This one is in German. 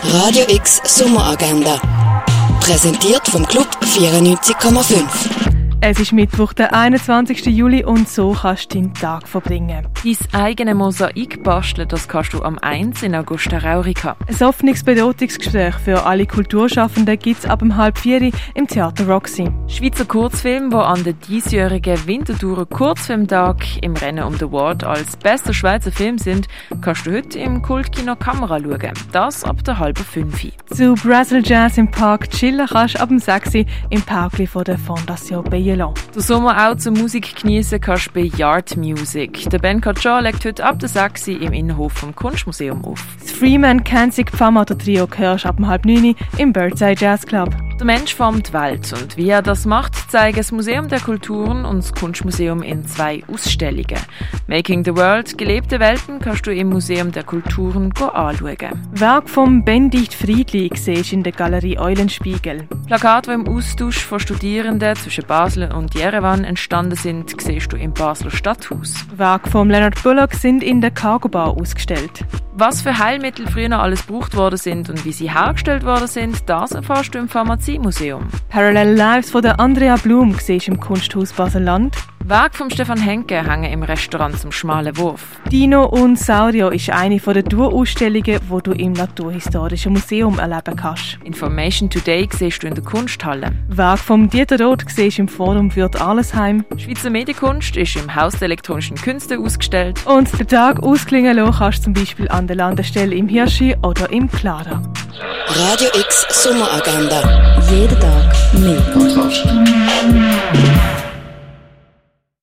Radio X Sommeragenda. Präsentiert vom Club 94,5. Es ist Mittwoch, der 21. Juli und so kannst du deinen Tag verbringen. Dein eigene Mosaik basteln, das kannst du am 1 in Augusta Raurica. Ein offenes Beratungsgespräch für alle Kulturschaffenden gibt es ab 3:30 im Theater Roxy. Schweizer Kurzfilm, der an den diesjährigen Winterthurer Kurzfilmtag im Rennen um den Award als bester Schweizer Film sind, kannst du heute im Kultkino Kamera schauen. Das ab der 4:30. Zu Brazil Jazz im Park chillen kannst du ab 6 im Parkli von der Fondation Bayelon. Den Sommer auch zur Musik geniessen kannst du bei Yard Music. Der Ben Katscha legt heute ab der 6 im Innenhof vom Kunstmuseum auf. Das Freeman Kensig Pfammatter Trio hörst du ab 8:30 im Birdseye Jazz Club. Der Mensch formt die Welt und wie er das macht, zeigen das Museum der Kulturen und das Kunstmuseum in 2 Ausstellungen. Making the World, gelebte Welten, kannst du im Museum der Kulturen anschauen. Werk vom Benedikt Friedli siehst du in der Galerie Eulenspiegel. Plakate, die im Austausch von Studierenden zwischen Basel und Jerewan entstanden sind, siehst du im Basler Stadthaus. Werke von Leonard Bullock sind in der Cargo Bar ausgestellt. Was für Heilmittel früher noch alles gebraucht worden sind und wie sie hergestellt worden sind, das erfährst du im Pharmaziemuseum. Parallel Lives von der Andrea Blum siehst du im Kunsthaus Basel-Land. Werke von Stefan Henke hängen im Restaurant zum Schmalen Wurf. Dino und Saurio ist eine der Tourausstellungen, die du im Naturhistorischen Museum erleben kannst. Information Today siehst du in der Kunsthalle. Werk vom Dieter Roth siehst du im Forum Würth Allesheim. Schweizer Medienkunst ist im Haus der elektronischen Künste ausgestellt. Und den Tag ausklingen lassen kannst du zum Beispiel an der Landestelle im Hirschi oder im Clara. Radio X Sommeragenda. Jeden Tag mehr.